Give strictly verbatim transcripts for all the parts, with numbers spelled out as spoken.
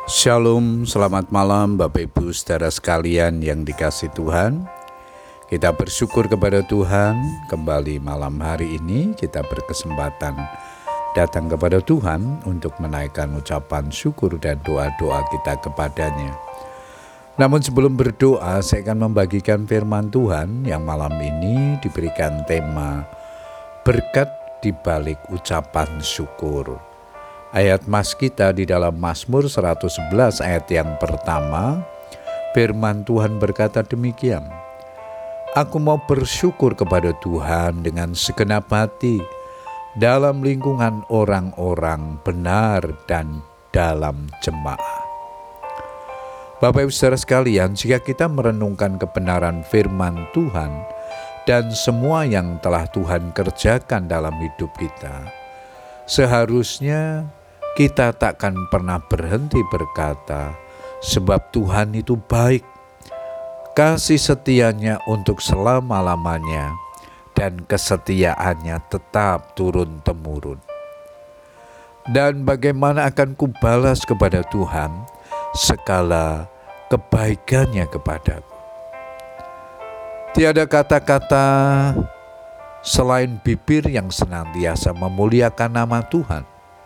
Shalom, selamat malam Bapak Ibu saudara sekalian yang dikasihi Tuhan. Kita bersyukur kepada Tuhan, kembali malam hari ini kita berkesempatan datang kepada Tuhan untuk menaikkan ucapan syukur dan doa-doa kita kepadanya. Namun sebelum berdoa, saya akan membagikan firman Tuhan yang malam ini diberikan tema berkat di balik ucapan syukur. Ayat mas kita di dalam Mazmur seratus sebelas ayat yang pertama, firman Tuhan berkata demikian, "Aku mau bersyukur kepada Tuhan dengan segenap hati dalam lingkungan orang-orang benar dan dalam jemaah." Bapak Ibu saudara sekalian, jika kita merenungkan kebenaran firman Tuhan dan semua yang telah Tuhan kerjakan dalam hidup kita, seharusnya kita takkan pernah berhenti berkata, sebab Tuhan itu baik, kasih setianya untuk selama-lamanya, dan kesetiaannya tetap turun-temurun. Dan bagaimana akan kubalas kepada Tuhan segala kebaikannya kepadaku. Tiada kata-kata selain bibir yang senantiasa memuliakan nama Tuhan.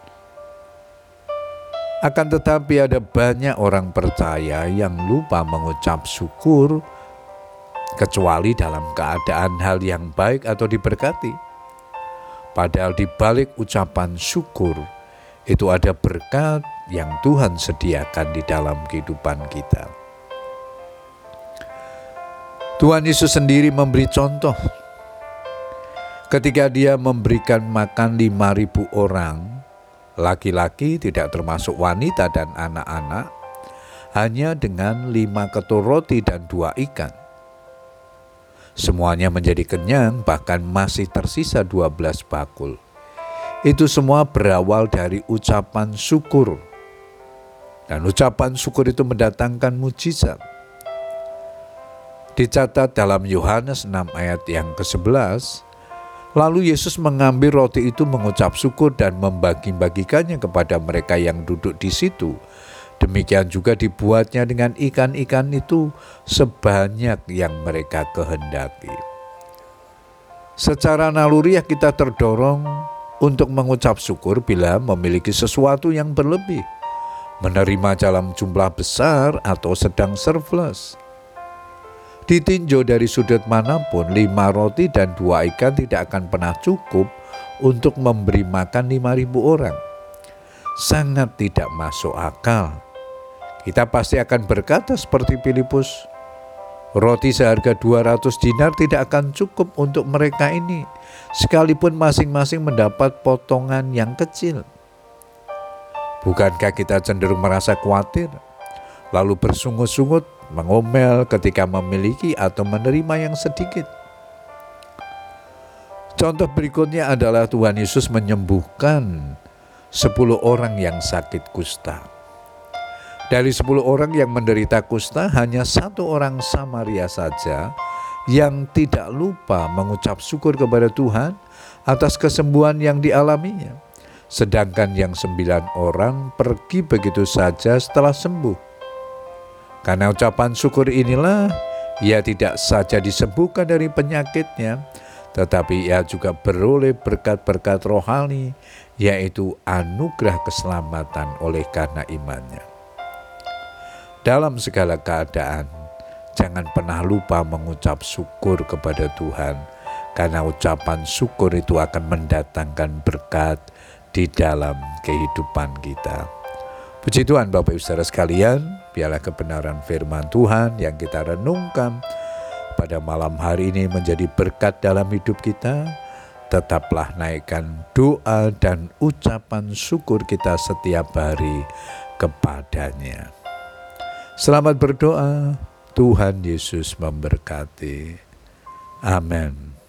Akan tetapi ada banyak orang percaya yang lupa mengucap syukur kecuali dalam keadaan hal yang baik atau diberkati. Padahal di balik ucapan syukur itu ada berkat yang Tuhan sediakan di dalam kehidupan kita. Tuhan Yesus sendiri memberi contoh ketika dia memberikan makan lima ribu orang, laki-laki tidak termasuk wanita dan anak-anak, hanya dengan lima ketur roti dan dua ikan. Semuanya menjadi kenyang, bahkan masih tersisa dua belas bakul. Itu semua berawal dari ucapan syukur. Dan ucapan syukur itu mendatangkan mujizat. Dicatat dalam Yohanes enam ayat yang kesebelas, lalu Yesus mengambil roti itu, mengucap syukur dan membagi-bagikannya kepada mereka yang duduk di situ. Demikian juga dibuatnya dengan ikan-ikan itu sebanyak yang mereka kehendaki. Secara naluriah kita terdorong untuk mengucap syukur bila memiliki sesuatu yang berlebih, menerima dalam jumlah besar atau sedang surplus. Ditinjau dari sudut manapun, lima roti dan dua ikan tidak akan pernah cukup untuk memberi makan lima ribu orang. Sangat tidak masuk akal. Kita pasti akan berkata seperti Filipus, roti seharga dua ratus dinar tidak akan cukup untuk mereka ini, sekalipun masing-masing mendapat potongan yang kecil. Bukankah kita cenderung merasa khawatir, lalu bersungut-sungut, mengomel ketika memiliki atau menerima yang sedikit? Contoh berikutnya adalah Tuhan Yesus menyembuhkan sepuluh orang yang sakit kusta. Dari sepuluh orang yang menderita kusta, hanya satu orang Samaria saja yang tidak lupa mengucap syukur kepada Tuhan atas kesembuhan yang dialaminya. Sedangkan yang sembilan orang pergi begitu saja setelah sembuh. Karena ucapan syukur inilah, ia tidak saja disembuhkan dari penyakitnya, tetapi ia juga beroleh berkat-berkat rohani, yaitu anugerah keselamatan oleh karena imannya. Dalam segala keadaan, jangan pernah lupa mengucap syukur kepada Tuhan, karena ucapan syukur itu akan mendatangkan berkat di dalam kehidupan kita. Puji Tuhan Bapak Ibu saudara sekalian, biarlah kebenaran firman Tuhan yang kita renungkan pada malam hari ini menjadi berkat dalam hidup kita. Tetaplah naikkan doa dan ucapan syukur kita setiap hari kepadanya. Selamat berdoa, Tuhan Yesus memberkati. Amin.